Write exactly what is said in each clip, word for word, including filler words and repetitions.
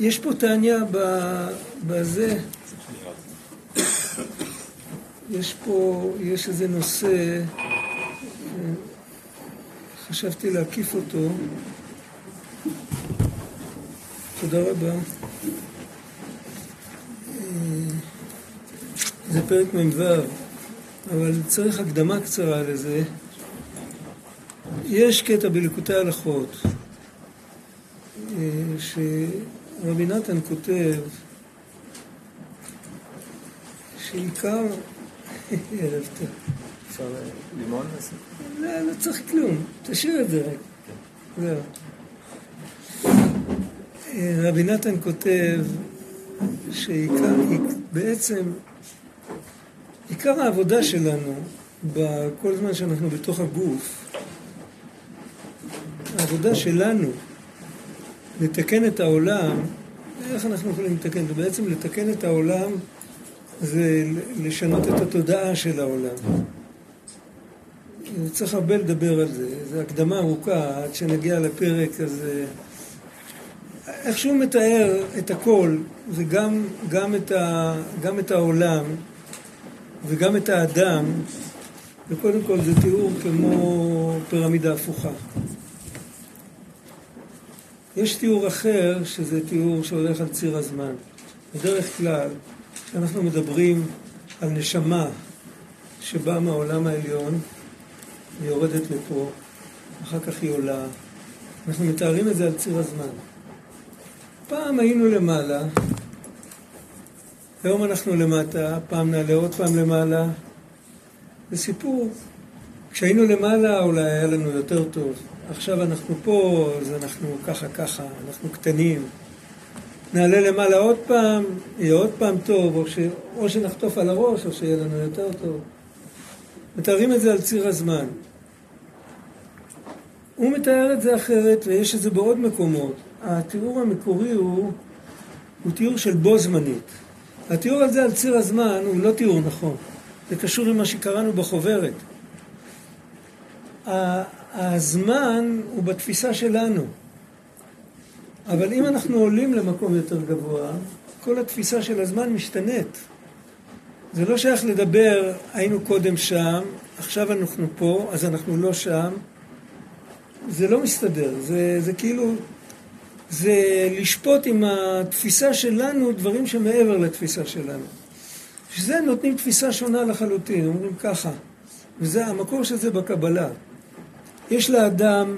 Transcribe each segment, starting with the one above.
יש פה טעניה בזה, יש פה, יש איזה נושא, חשבתי להקיף אותו. תודה רבה. זה פרק מ"ו, אבל צריך הקדמה קצרה לזה. יש קטע בליקוטי ההלכות שרבי נתן כותב שעיקר... ערב טוב. אפשר לימון? לא, לא צריך כלום, תשאיר את זה רק. זהו. רבי נתן כותב שעיקר, בעצם עיקר העבודה שלנו בכל זמן שאנחנו בתוך הגוף, העבודה שלנו לתקן את העולם, איך אנחנו יכולים לתקן? ובעצם לתקן את העולם זה לשנות את התודעה של העולם. צריך הרבה לדבר על זה, זו הקדמה ארוכה עד שנגיע לפרק הזה. איך שהוא מתאר את הכל, זה גם, גם, את ה, גם את העולם וגם את האדם, וקודם כל זה תיאור כמו פירמידה הפוכה. יש תיאור אחר שזה תיאור שהולך על ציר הזמן. בדרך כלל, כשאנחנו מדברים על נשמה שבאה מהעולם העליון, היא יורדת לפה, אחר כך היא עולה, אנחנו מתארים את זה על ציר הזמן. פעם היינו למעלה, היום אנחנו למטה, פעם נעלה עוד פעם למעלה. זה סיפור. כשהיינו למעלה אולי היה לנו יותר טוב. עכשיו אנחנו פה, אז אנחנו ככה ככה, אנחנו קטנים. נעלה למעלה עוד פעם, יהיה עוד פעם טוב, או, ש... או שנחטוף על הראש, או שיהיה לנו יותר טוב. מתארים את זה על ציר הזמן. הוא מתאר את זה אחרת, ויש את זה בעוד מקומות. התיאור המקורי הוא, הוא תיאור של בו זמנית. התיאור על זה על ציר הזמן הוא לא תיאור נכון. זה קשור עם מה שקראנו בחוברת. הזמן הוא בתפיסה שלנו. אבל אם אנחנו עולים למקום יותר גבוה, כל התפיסה של הזמן משתנית. זה לא שייך לדבר, היינו קודם שם, עכשיו אנחנו פה, אז אנחנו לא שם. זה לא מסתדר. זה, זה כאילו... זה לשפוט עם התפיסה שלנו דברים שמעבר לתפיסה שלנו. שזה נותנים תפיסה שונה לחלוטין, אומרים ככה. וזה המקור של זה בקבלה. יש לאדם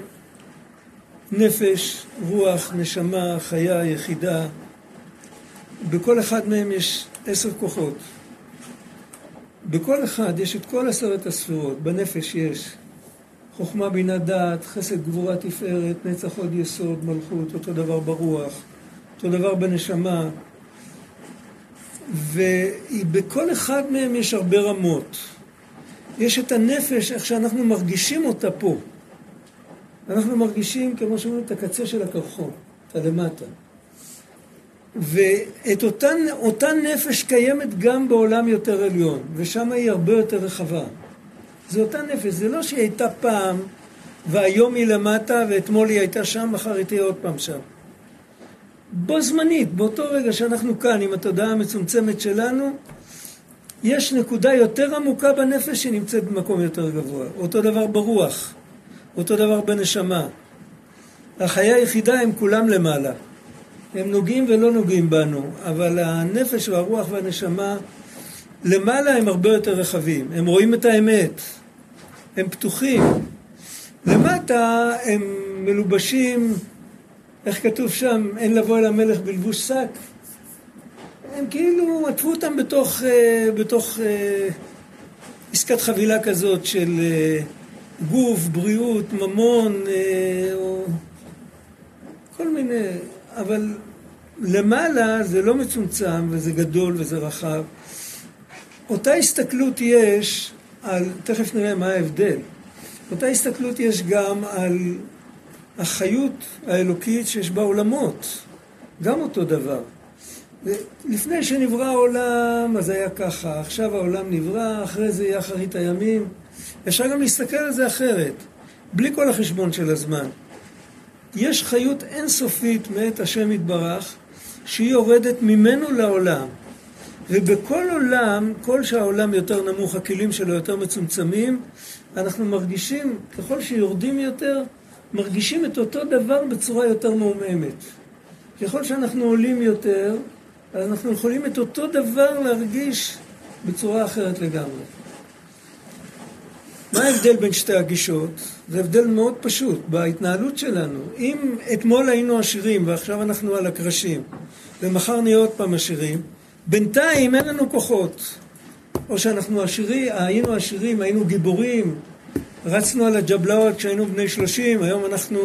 נפש, רוח, נשמה, חיה, יחידה. בכל אחד מהם יש עשר כוחות. בכל אחד יש את כל עשרת הספירות. בנפש יש חוכמה, בינה, דעת, חסד, גבורה, תפארת, נצח, עוד יסוד, מלכות, אותו דבר ברוח, אותו דבר בנשמה. ובכל אחד מהם יש הרבה רמות. יש את הנפש, איך שאנחנו מרגישים אותה פה. אנחנו מרגישים, כמו שאומרים, את הקצה של הקרחון, את הלמטה. ואת אותן, אותן נפש קיימת גם בעולם יותר עליון, ושם היא הרבה יותר רחבה. זה אותה נפש, זה לא שהיא הייתה פעם, והיום היא למטה, ואתמול היא הייתה שם, מחר היא תהיה עוד פעם שם. בו זמנית, באותו רגע שאנחנו כאן, עם התודעה המצומצמת שלנו, יש נקודה יותר עמוקה בנפש שנמצאת במקום יותר גבוה. אותו דבר ברוח, אותו דבר בנשמה. החיה היחידה הם כולם למעלה. הם נוגעים ולא נוגעים בנו, אבל הנפש והרוח והנשמה למעלה הם הרבה יותר רחבים. הם רואים את האמת, הם פתוחים. למטה הם מלובשים, איך כתוב שם, אין לבוא אל המלך בלבוש שק. הם כאילו עטפו אותם בתוך, בתוך עסקת חבילה כזאת של גוף, בריאות, ממון, או כל מיני, אבל למעלה זה לא מצומצם וזה גדול וזה רחב. אותה הסתכלות יש על, תכף נראה מה ההבדל, אותה הסתכלות יש גם על החיות האלוקית שיש בעולמות, גם אותו דבר. לפני שנברא העולם אז היה ככה, עכשיו העולם נברא, אחרי זה יהיה אחרית הימים. אפשר גם להסתכל על זה אחרת, בלי כל החשבון של הזמן. יש חיות אינסופית מאת השם יתברך, שהיא יורדת ממנו לעולם. ובכל עולם, כל שהעולם יותר נמוך, הכלים שלו יותר מצומצמים, אנחנו מרגישים, ככל שיורדים יותר, מרגישים את אותו דבר בצורה יותר מעומעמת. ככל שאנחנו עולים יותר, אז אנחנו יכולים את אותו דבר להרגיש בצורה אחרת לגמרי. מה ההבדל בין שתי הגישות? זה הבדל מאוד פשוט בהתנהלות שלנו. אם אתמול היינו עשירים ועכשיו אנחנו על הקרשים, ומחר נהיה עוד פעם עשירים, בינתיים אין לנו כוחות. או שאנחנו עשירים, היינו עשירים, היינו גיבורים, רצנו על הג'בלאות כשהיינו בני שלושים, היום אנחנו,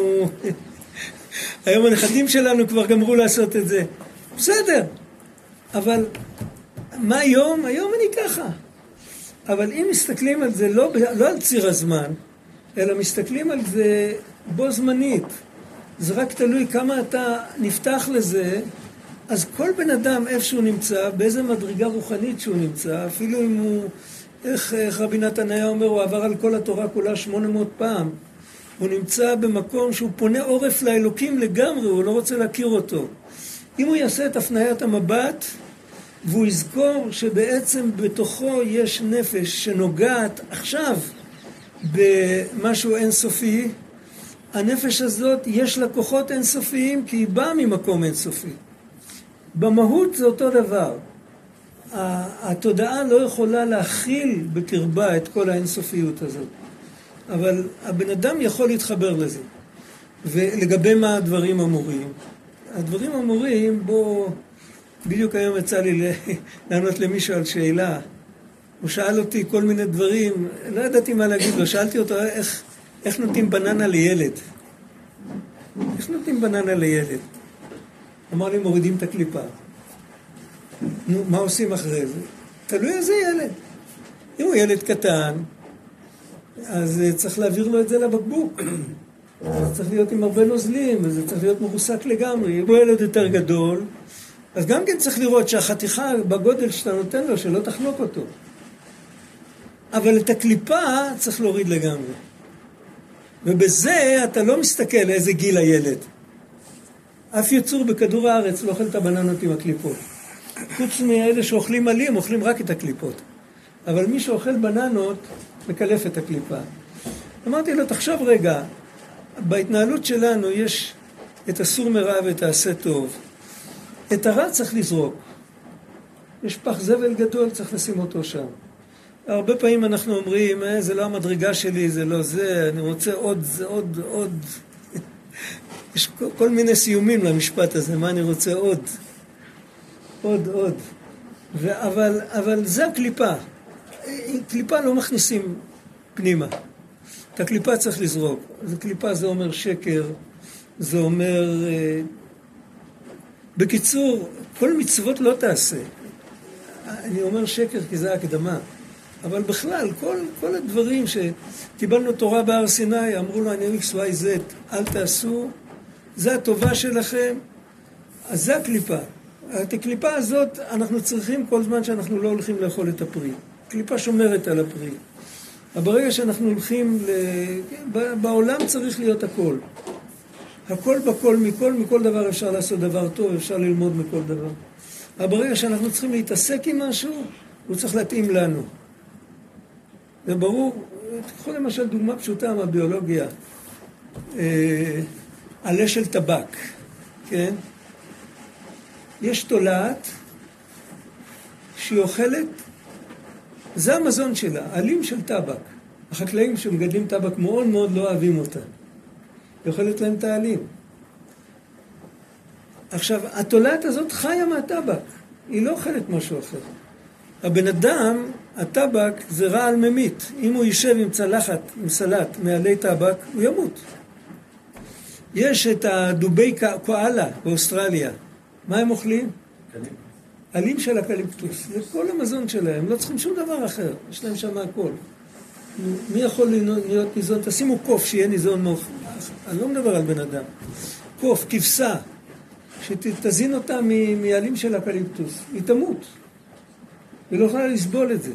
היום הנכדים שלנו כבר גמרו לעשות את זה. בסדר, אבל מה היום? היום אני ככה. אבל אם מסתכלים על זה לא, לא על ציר הזמן, אלא מסתכלים על זה בו זמנית, זה רק תלוי כמה אתה נפתח לזה, אז כל בן אדם איפשהו נמצא, באיזה מדרגה רוחנית שהוא נמצא, אפילו אם הוא, איך, איך רבי נתן היה אומר, הוא עבר על כל התורה כולה שמונה מאות פעם, הוא נמצא במקום שהוא פונה עורף לאלוקים לגמרי, הוא לא רוצה להכיר אותו. אם הוא יעשה את הפניית המבט, והוא יזכור שבעצם בתוכו יש נפש שנוגעת עכשיו במשהו אינסופי, הנפש הזאת יש לה כוחות אינסופיים כי היא באה ממקום אינסופי. במהות זה אותו דבר. התודעה לא יכולה להכיל בקרבה את כל האינסופיות הזאת. אבל הבן אדם יכול להתחבר לזה. ולגבי מה הדברים אמורים? הדברים אמורים, בוא, בדיוק היום יצא לי לענות למישהו על שאלה. הוא שאל אותי כל מיני דברים, לא ידעתי מה להגיד לו, שאלתי אותו איך, איך נותנים בננה לילד. איך נותנים בננה לילד? אמר לי, מורידים את הקליפה. נו, מה עושים אחרי זה? תלוי איזה ילד. אם הוא ילד קטן, אז צריך להעביר לו את זה לבקבוק. זה צריך להיות עם הרבה נוזלים, וזה צריך להיות מרוסק לגמרי. אם הוא ילד יותר גדול, אז גם כן צריך לראות שהחתיכה בגודל שאתה נותן לו, שלא תחנוק אותו. אבל את הקליפה צריך להוריד לגמרי. ובזה אתה לא מסתכל איזה גיל הילד. אף יצור בכדור הארץ לא אוכל את הבננות עם הקליפות. חוץ מאלה שאוכלים עלים, אוכלים רק את הקליפות. אבל מי שאוכל בננות, מקלף את הקליפה. אמרתי לו, תחשוב רגע, בהתנהלות שלנו יש את הסור מרע ואת העשה טוב. את הרע צריך לזרוק. יש פח זבל גדול, צריך לשים אותו שם. הרבה פעמים אנחנו אומרים, אה, זה לא המדרגה שלי, זה לא זה, אני רוצה עוד, זה עוד, עוד. יש כל, כל מיני סיומים למשפט הזה, מה אני רוצה עוד? עוד, עוד. ו- אבל, אבל זה הקליפה. קליפה לא מכניסים פנימה. את הקליפה צריך לזרוק. זה קליפה, זה אומר שקר, זה אומר... אה, בקיצור, כל מצוות לא תעשה. אני אומר שקר כי זה הקדמה. אבל בכלל, כל, כל הדברים שקיבלנו תורה בהר סיני, אמרו לו, אני אקס וואי זד, אל תעשו, זה הטובה שלכם, אז זה הקליפה. את הקליפה הזאת אנחנו צריכים כל זמן שאנחנו לא הולכים לאכול את הפרי. קליפה שומרת על הפרי. אבל ברגע שאנחנו הולכים, ל... בעולם צריך להיות הכל. הכל בכל, מכל, מכל דבר אפשר לעשות דבר טוב, אפשר ללמוד מכל דבר. אבל ברגע שאנחנו צריכים להתעסק עם משהו, הוא צריך להתאים לנו. זה ברור, תקחו למשל דוגמה פשוטה מהביולוגיה. אה, עלה של טבק, כן? יש תולעת שהיא אוכלת, זה המזון שלה, עלים של טבק. החקלאים שמגדלים טבק מאוד מאוד לא אוהבים אותה. היא אוכלת להם את העלים. עכשיו, התולעת הזאת חיה מהטבק. היא לא אוכלת משהו אחר. הבן אדם, הטבק זה רעל ממית. אם הוא יישב עם צלחת, עם סלט, מעלי טבק, הוא ימות. יש את הדובי קואלה באוסטרליה. מה הם אוכלים? קלים. עלים של הקליפטוס. זה כל המזון שלהם. לא צריכים שום דבר אחר. יש להם שם הכל. מי יכול להיות ניזון? תשימו קוף שיהיה ניזון מוח. אני לא מדבר על בן אדם. קוף, כבשה, שתזין אותה מעלים של הקליפטוס. היא תמות. היא לא יכולה לסבול את זה.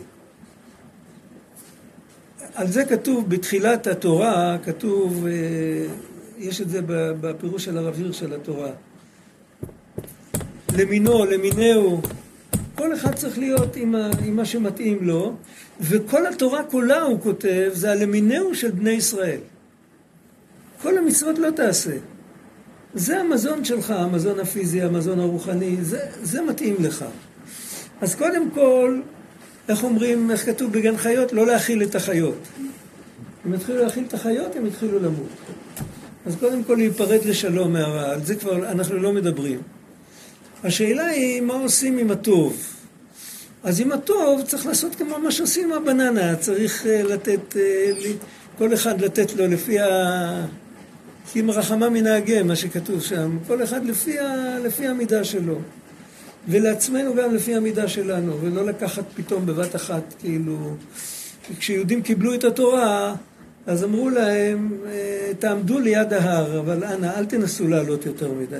על זה כתוב בתחילת התורה, כתוב, יש את זה בפירוש של הרב הירש של התורה. למינו, למינהו. כל אחד צריך להיות עם, ה, עם מה שמתאים לו, וכל התורה כולה, הוא כותב, זה הלמינהו של בני ישראל. כל המצוות לא תעשה. זה המזון שלך, המזון הפיזי, המזון הרוחני, זה, זה מתאים לך. אז קודם כל, איך אומרים, איך כתוב בגן חיות? לא להאכיל את החיות. אם יתחילו להאכיל את החיות, הם יתחילו למות. אז קודם כל להיפרד לשלום מהרע, על זה כבר אנחנו לא מדברים. השאלה היא, מה עושים עם הטוב? אז עם הטוב צריך לעשות כמו מה שעושים עם הבננה, צריך לתת, כל אחד לתת לו לפי ה... כי מרחמה מנהגה, מה שכתוב שם, כל אחד לפי, ה... לפי המידה שלו. ולעצמנו גם לפי המידה שלנו, ולא לקחת פתאום בבת אחת, כאילו... כשיהודים קיבלו את התורה, אז אמרו להם, תעמדו ליד ההר, אבל אנא, אל תנסו לעלות יותר מדי.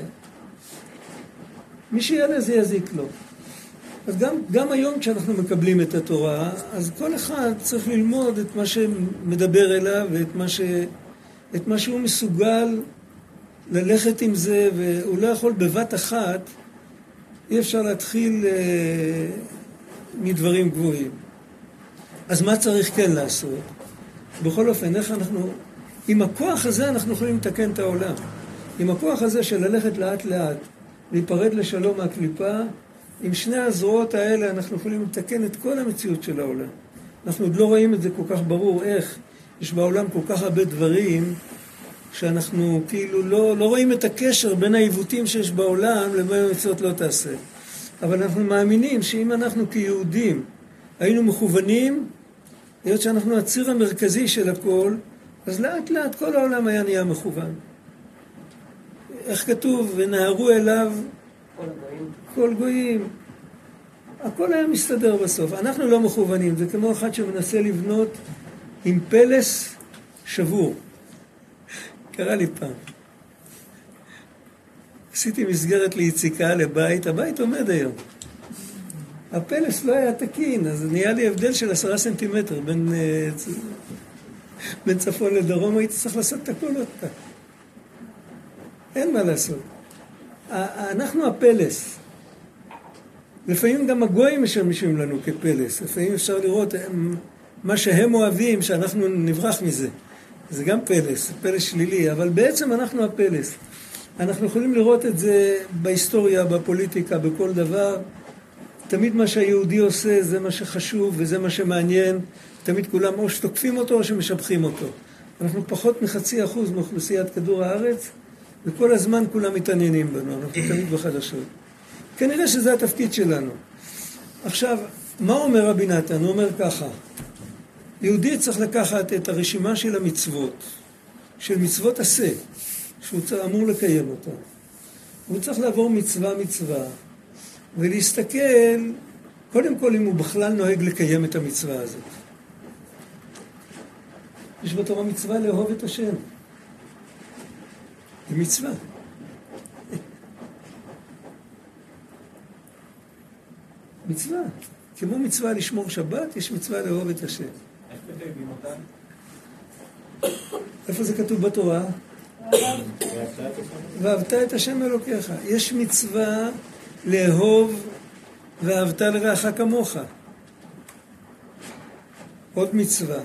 מי שיעלה זה יזיק לו. אז גם, גם היום כשאנחנו מקבלים את התורה, אז כל אחד צריך ללמוד את מה שמדבר אליו, ואת מה, ש, את מה שהוא מסוגל ללכת עם זה, והוא לא יכול בבת אחת, אי אפשר להתחיל אה, מדברים גבוהים. אז מה צריך כן לעשות? בכל אופן, איך אנחנו... עם הכוח הזה אנחנו יכולים לתקן את העולם. עם הכוח הזה של ללכת לאט לאט, להיפרד לשלום מהקליפה, עם שני הזרועות האלה אנחנו יכולים לתקן את כל המציאות של העולם. אנחנו עוד לא רואים את זה כל כך ברור איך יש בעולם כל כך הרבה דברים שאנחנו כאילו לא, לא רואים את הקשר בין העיוותים שיש בעולם לבין המציאות לא תעשה. אבל אנחנו מאמינים שאם אנחנו כיהודים היינו מכוונים, היות שאנחנו הציר המרכזי של הכל, אז לאט לאט כל העולם היה נהיה מכוון. איך כתוב? ונהרו אליו כל גויים. כל גויים. הכל היה מסתדר בסוף. אנחנו לא מכוונים. זה כמו אחד שמנסה לבנות עם פלס שבור. קרה לי פעם. עשיתי מסגרת ליציקה לבית. הבית עומד היום. הפלס לא היה תקין, אז נהיה לי הבדל של עשרה סנטימטר בין, בין צפון לדרום. הייתי צריך לעשות את הכל עוד פעם. אין מה לעשות. אנחנו הפלס. לפעמים גם הגויים משמשים לנו כפלס. לפעמים אפשר לראות מה שהם אוהבים, שאנחנו נברח מזה. זה גם פלס, פלס שלילי, אבל בעצם אנחנו הפלס. אנחנו יכולים לראות את זה בהיסטוריה, בפוליטיקה, בכל דבר. תמיד מה שהיהודי עושה זה מה שחשוב וזה מה שמעניין. תמיד כולם או שתוקפים אותו או שמשבחים אותו. אנחנו פחות מחצי אחוז מאוכלוסיית כדור הארץ, וכל הזמן כולם מתעניינים בנו, אנחנו תמיד בחדשות. כנראה שזה התפקיד שלנו. עכשיו, מה אומר רבי נתן? הוא אומר ככה, יהודי צריך לקחת את הרשימה של המצוות, של מצוות עשה, שהוא אמור לקיים אותה. הוא צריך לעבור מצווה מצווה, ולהסתכל, קודם כל אם הוא בכלל נוהג לקיים את המצווה הזאת. יש בתורה מצווה לאהוב את השם. זה מצווה. מצווה. כמו מצווה לשמור שבת, יש מצווה לאהוב את השם. איך מקיימים אותה? איפה זה כתוב בתורה? ואהבת את השם אלוקיך. יש מצווה לאהוב ואהבת לרעך כמוך. עוד מצווה.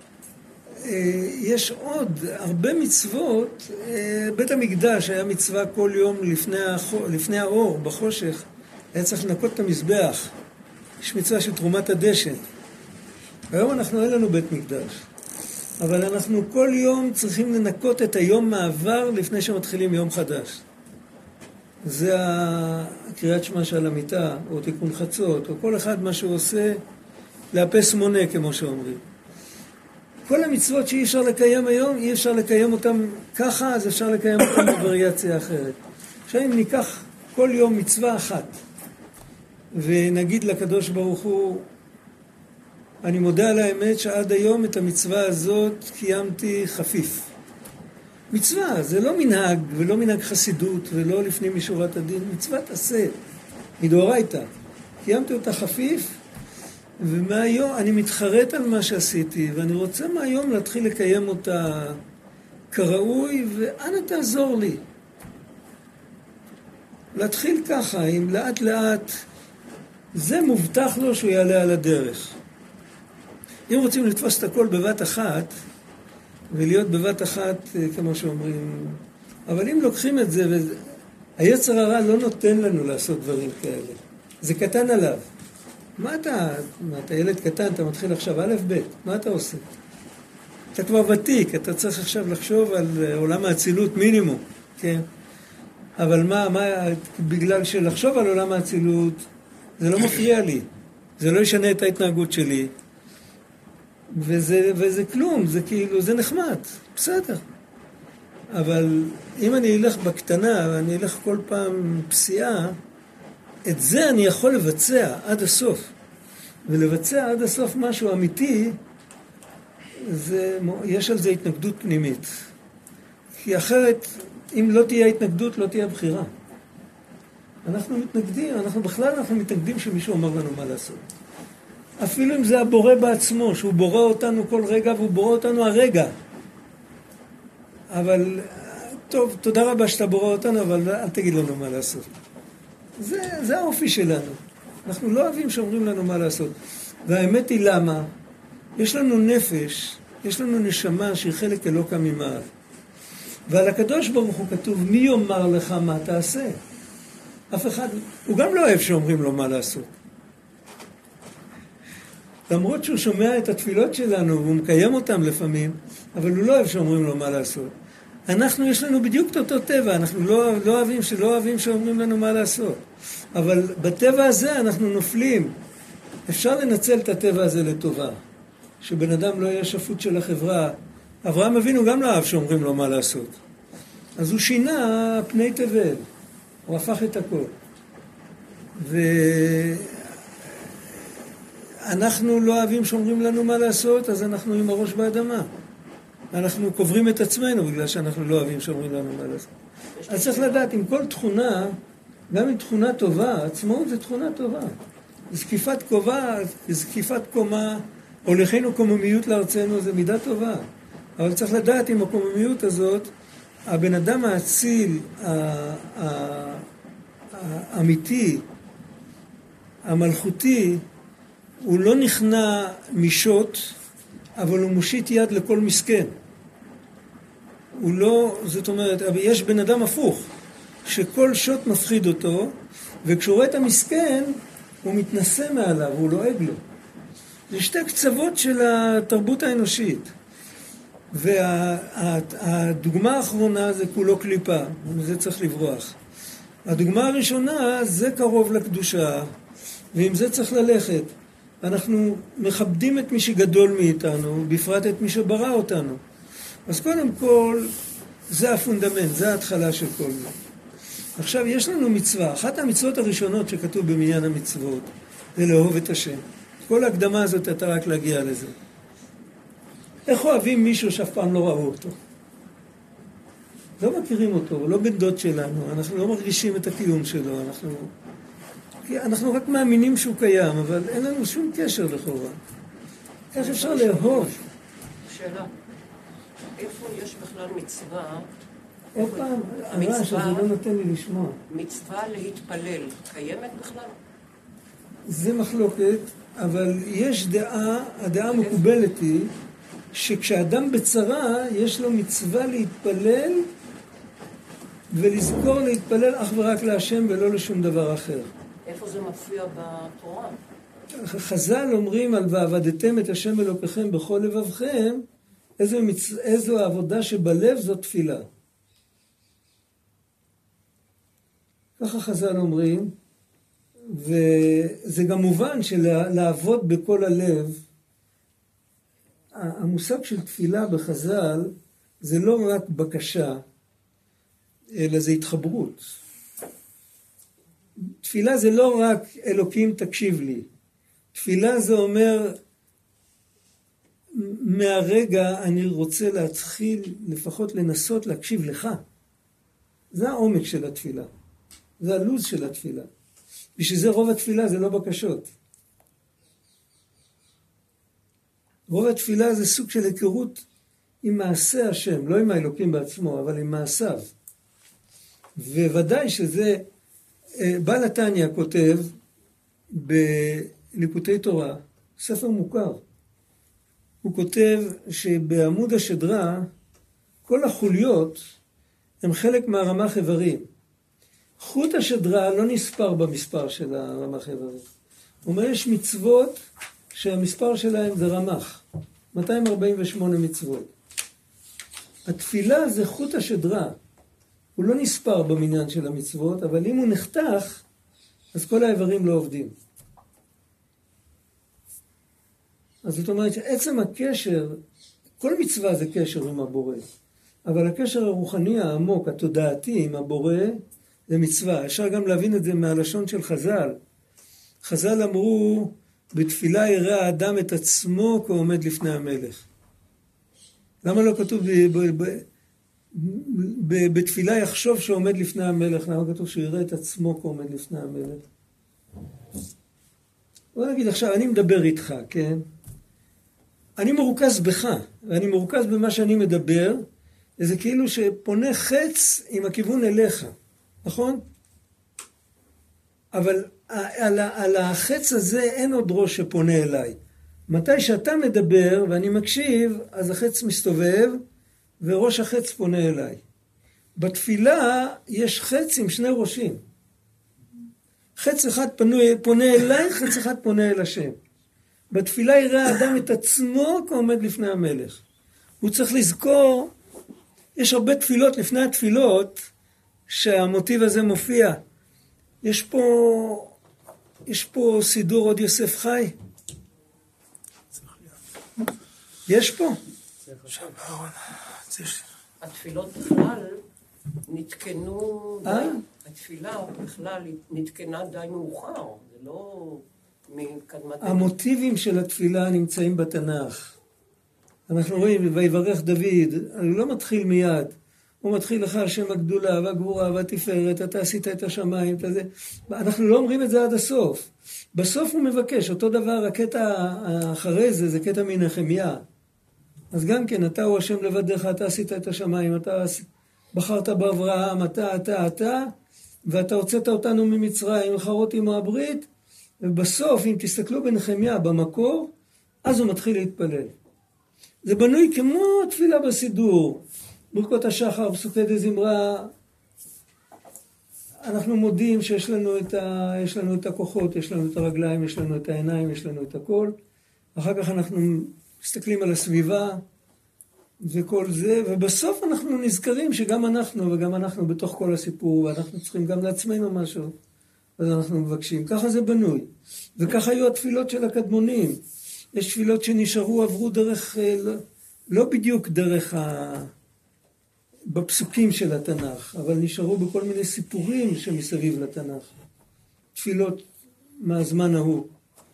יש עוד הרבה מצוות. בית המקדש היה מצווה כל יום לפני, החו, לפני האור, בחושך, היה צריך לנקות את המזבח. יש מצווה של תרומת הדשן. היום אנחנו אין לנו בית מקדש, אבל אנחנו כל יום צריכים לנקות את היום מעבר לפני שמתחילים יום חדש. זה הקריאת שמע של המיטה, או תיקון חצות, או כל אחד מה שהוא עושה, לאפס מונה כמו שאומרים. כל המצוות שאי אפשר לקיים היום, אי אפשר לקיים אותם ככה, אז אפשר לקיים אותם בווריאציה אחרת. עכשיו אם ניקח כל יום מצווה אחת, ונגיד לקדוש ברוך הוא, אני מודה על האמת שעד היום את המצווה הזאת קיימתי חפיף. מצווה, זה לא מנהג, ולא מנהג חסידות, ולא לפנים משורת הדין, מצוות עשה, מדאורייתא. קיימתי אותה חפיף, ומהיום אני מתחרט על מה שעשיתי, ואני רוצה מהיום להתחיל לקיים אותה כראוי, ואנה תעזור לי. להתחיל ככה, אם לאט לאט, זה מובטח לו שהוא יעלה על הדרך. אם רוצים לתפוס את הכל בבת אחת, ולהיות בבת אחת, כמו שאומרים, אבל אם לוקחים את זה, היצר הרע לא נותן לנו לעשות דברים כאלה. זה קטן עליו. מה אתה, מה אתה ילד קטן, אתה מתחיל עכשיו א' ב', מה אתה עושה? אתה כבר ותיק, אתה צריך עכשיו לחשוב על עולם האצילות מינימום, כן? אבל מה, מה, בגלל שלחשוב על עולם האצילות, זה לא מפריע לי, זה לא ישנה את ההתנהגות שלי, וזה, וזה כלום, זה כאילו, זה נחמד, בסדר. אבל אם אני אלך בקטנה, ואני אלך כל פעם פסיעה, את זה אני יכול לבצע עד הסוף. ולבצע עד הסוף משהו אמיתי, זה, יש על זה התנגדות פנימית. כי אחרת, אם לא תהיה התנגדות, לא תהיה בחירה. אנחנו מתנגדים, אנחנו בכלל אנחנו מתנגדים שמישהו אומר לנו מה לעשות. אפילו אם זה הבורא בעצמו, שהוא בורא אותנו כל רגע, והוא בורא אותנו הרגע. אבל, טוב, תודה רבה שאתה בורא אותנו, אבל אל תגיד לנו מה לעשות. זה, זה האופי שלנו. אנחנו לא אוהבים שאומרים לנו מה לעשות. והאמת היא למה? יש לנו נפש, יש לנו נשמה שהיא חלק אלוקה ממעל. ועל הקדוש ברוך הוא כתוב, מי יאמר לך מה תעשה? אף אחד, הוא גם לא אוהב שאומרים לו מה לעשות. למרות שהוא שומע את התפילות שלנו, והוא מקיים אותם לפעמים, אבל הוא לא אוהב שאומרים לו מה לעשות. אנחנו, יש לנו בדיוק את אותו טבע, אנחנו לא, לא אוהבים, שלא אוהבים שאומרים לנו מה לעשות. אבל בטבע הזה אנחנו נופלים. אפשר לנצל את הטבע הזה לטובה. שבן אדם לא יהיה שפוט של החברה. אברהם אבינו גם לא אהב שאומרים לו מה לעשות. אז הוא שינה פני תבל. הוא הפך את הכל. ואנחנו לא אוהבים שאומרים לנו מה לעשות, אז אנחנו עם הראש באדמה. אנחנו קוברים את עצמנו בגלל שאנחנו לא אוהבים שאומרים לנו מה לעשות. אז צריך לדעת, עם כל תכונה, גם עם תכונה טובה, עצמאות זה תכונה טובה. זקיפת קומה, זקיפת קומה, הולכנו קוממיות לארצנו, זה מידה טובה. אבל צריך לדעת עם הקוממיות הזאת, הבן אדם האציל, האמיתי, המלכותי, הוא לא נכנע משוט, אבל הוא מושיט יד לכל מסכן. הוא לא, זאת אומרת, יש בן אדם הפוך, שכל שוט מפחיד אותו, וכשהוא רואה את המסכן, הוא מתנסה מעליו, הוא לועג לו. זה שתי קצוות של התרבות האנושית. והדוגמה האחרונה זה כולו קליפה, וזה צריך לברוח. הדוגמה הראשונה זה קרוב לקדושה, ועם זה צריך ללכת. אנחנו מכבדים את מי שגדול מאיתנו, בפרט את מי שברא אותנו. אז קודם כל, זה הפונדמנט, זה ההתחלה של כל זה. עכשיו, יש לנו מצווה. אחת המצוות הראשונות שכתוב במניין המצוות, זה לאהוב את השם. כל ההקדמה הזאת אתה רק להגיע לזה. איך אוהבים מישהו שאף פעם לא ראו אותו? לא מכירים אותו, הוא לא בן דוד שלנו, אנחנו לא מרגישים את הקיום שלו, אנחנו... אנחנו רק מאמינים שהוא קיים, אבל אין לנו שום קשר לכאורה. איך אפשר לאהוב? שאלה, איפה יש בכלל מצווה? עוד פעם, הרעש הזה לא נותן לי לשמוע. מצווה להתפלל, קיימת בכלל? זה מחלוקת, אבל יש דעה, הדעה המקובלת היא, שכשאדם בצרה, יש לו מצווה להתפלל, ולזכור להתפלל אך ורק להשם ולא לשום דבר אחר. איפה זה מופיע בתורה? חז"ל אומרים על ועבדתם את השם אלוקיכם בכל לבבכם, איזו, מצ... איזו העבודה שבלב זו תפילה. ככה חז"ל אומרים, וזה גם מובן שלעבוד בכל הלב, המושג של תפילה בחז"ל זה לא רק בקשה, אלא זה התחברות. תפילה זה לא רק אלוקים תקשיב לי. תפילה זה אומר, מהרגע אני רוצה להתחיל לפחות לנסות להקשיב לך. זה העומק של התפילה. זה הלוז של התפילה. בשביל זה רוב התפילה זה לא בקשות. רוב התפילה זה סוג של היכרות עם מעשה השם, לא עם האלוקים בעצמו, אבל עם מעשיו. וודאי שזה בעל התניא כותב בליקוטי תורה, ספר מוכר, הוא כותב שבעמוד השדרה כל החוליות הם חלק מהרמ"ח איברים. חוט השדרה לא נספר במספר של הרמ"ח איברים. הוא אומר, יש מצוות שהמספר שלהם זה רמ"ח, מאתיים ארבעים ושמונה מצוות. התפילה זה חוט השדרה, הוא לא נספר במניין של המצוות, אבל אם הוא נחתך, אז כל האיברים לא עובדים. אז זאת אומרת שעצם הקשר, כל מצווה זה קשר עם הבורא, אבל הקשר הרוחני העמוק, התודעתי עם הבורא, זה מצווה. אפשר גם להבין את זה מהלשון של חז"ל. חז"ל אמרו, בתפילה יראה האדם את עצמו כעומד לפני המלך. למה לא כתוב ב- ב- ב- ב- בתפילה יחשוב שעומד לפני המלך? למה כתוב שיראה את עצמו כעומד לפני המלך? בוא נגיד עכשיו, אני מדבר איתך, כן? אני מרוכז בך, ואני מרוכז במה שאני מדבר, וזה כאילו שפונה חץ עם הכיוון אליך, נכון? אבל על, על החץ הזה אין עוד ראש שפונה אליי. מתי שאתה מדבר ואני מקשיב, אז החץ מסתובב, וראש החץ פונה אליי. בתפילה יש חץ עם שני ראשים. חץ אחד פונה, פונה אליי, חץ אחד פונה אל השם. בתפילה יראה האדם את עצמו כעומד לפני המלך. הוא צריך לזכור, יש הרבה תפילות לפני התפילות, שהמוטיב הזה מופיע. יש פה, יש פה סידור עוד יוסף חי? יש פה? התפילות בכלל נתקנו די, התפילה בכלל נתקנה די מאוחר, זה לא מקדמת... המוטיבים של התפילה נמצאים בתנ"ך. אנחנו רואים, ויברך דוד, הוא לא מתחיל מיד, הוא מתחיל לך השם הגדולה והגבורה והתפארת, אתה עשית את השמיים, אתה זה. אנחנו לא אומרים את זה עד הסוף. בסוף הוא מבקש, אותו דבר, הקטע האחרי זה, זה קטע מנחמיה. אז גם כן, אתה הוא השם לבדך, אתה עשית את השמיים, אתה בחרת באברהם, אתה, אתה, אתה, ואתה הוצאת אותנו ממצרים, וחרות עמו הברית, ובסוף, אם תסתכלו בנחמיה במקור, אז הוא מתחיל להתפלל. זה בנוי כמו תפילה בסידור, ברכות השחר, פסוקי דזמרה, אנחנו מודים שיש לנו את ה, יש לנו את הכוחות, יש לנו את הרגליים, יש לנו את העיניים, יש לנו את הכל. אחר כך אנחנו מסתכלים על הסביבה וכל זה, ובסוף אנחנו נזכרים שגם אנחנו וגם אנחנו בתוך כל הסיפור, ואנחנו צריכים גם לעצמנו משהו, אז אנחנו מבקשים. ככה זה בנוי, וככה היו התפילות של הקדמונים. יש תפילות שנשארו, עברו דרך, לא, לא בדיוק דרך ה... בפסוקים של התנ"ך, אבל נשארו בכל מיני סיפורים שמסביב לתנ"ך. תפילות מהזמן ההוא.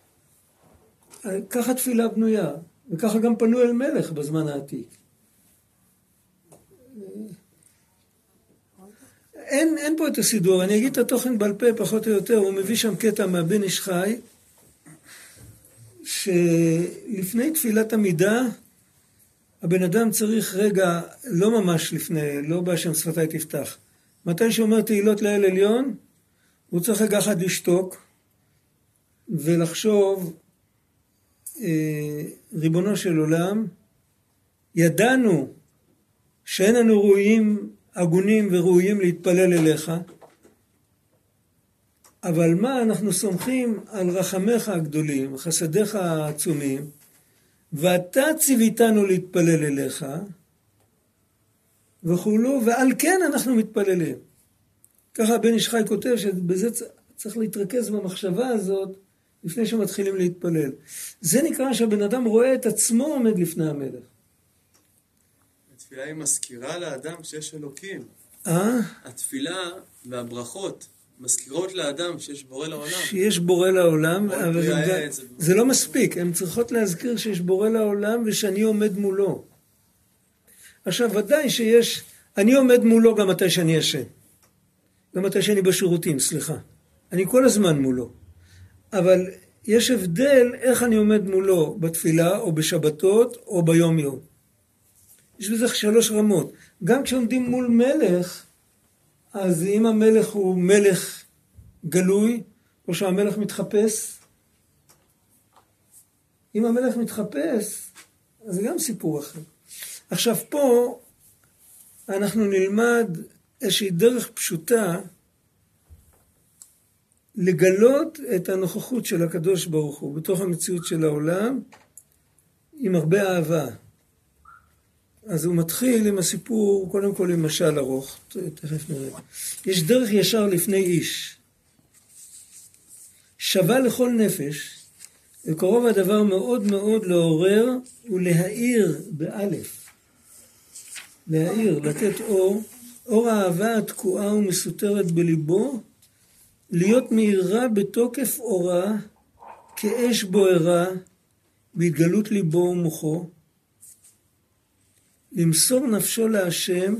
ככה תפילה בנויה, וככה גם פנו אל מלך בזמן העתיק. אין, אין פה את הסידור, אני אגיד את התוכן בעל פה פחות או יותר, הוא מביא שם קטע מהבן איש חי, שלפני תפילת עמידה, הבן אדם צריך רגע, לא ממש לפני, לא בהשם שפתי תפתח. מתי שאומר תהילות לאל עליון, הוא צריך רגע אחד לשתוק, ולחשוב, אה, ריבונו של עולם, ידענו שאין לנו ראויים, הגונים וראויים להתפלל אליך, אבל מה אנחנו סומכים על רחמך הגדולים, חסדיך העצומים, ואתה ציוויתנו להתפלל אליך, וכולו, ועל כן אנחנו מתפללים. ככה בן איש חי כותב שבזה צריך להתרכז במחשבה הזאת, לפני שמתחילים להתפלל. זה נקרא שהבן אדם רואה את עצמו עומד לפני המלך. התפילה היא מזכירה לאדם שיש אלוקים. אה? התפילה והברכות מזכירות לאדם שיש בורא לעולם. שיש בורא לעולם, אבל זה, זה, זה לא מספיק. הן צריכות להזכיר שיש בורא לעולם ושאני עומד מולו. עכשיו, ודאי שיש, אני עומד מולו גם מתי שאני ישן. גם מתי שאני בשירותים, סליחה. אני כל הזמן מולו. אבל יש הבדל איך אני עומד מולו בתפילה או בשבתות או ביום יום. יש בזה שלוש רמות. גם כשעומדים מול מלך, אז אם המלך הוא מלך גלוי, או שהמלך מתחפש. אם המלך מתחפש, אז זה גם סיפור אחר. עכשיו פה אנחנו נלמד איזושהי דרך פשוטה לגלות את הנוכחות של הקדוש ברוך הוא בתוך המציאות של העולם עם הרבה אהבה. אז הוא מתחיל עם הסיפור, קודם כל עם משל ארוך, תכף נראה. יש דרך ישר לפני איש. שווה לכל נפש, וקרוב הדבר מאוד מאוד לעורר ולהאיר באלף. להאיר, לתת אור, אור האהבה התקועה ומסותרת בליבו, להיות מהירה בתוקף אורה, כאש בוערה, בהתגלות ליבו ומוחו, למסור נפשו להשם,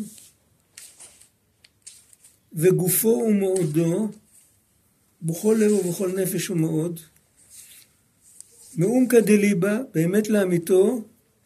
וגופו ומאודו, בכל לב ובכל נפש ומאוד, מעומקא דליבא, באמת לאמיתו,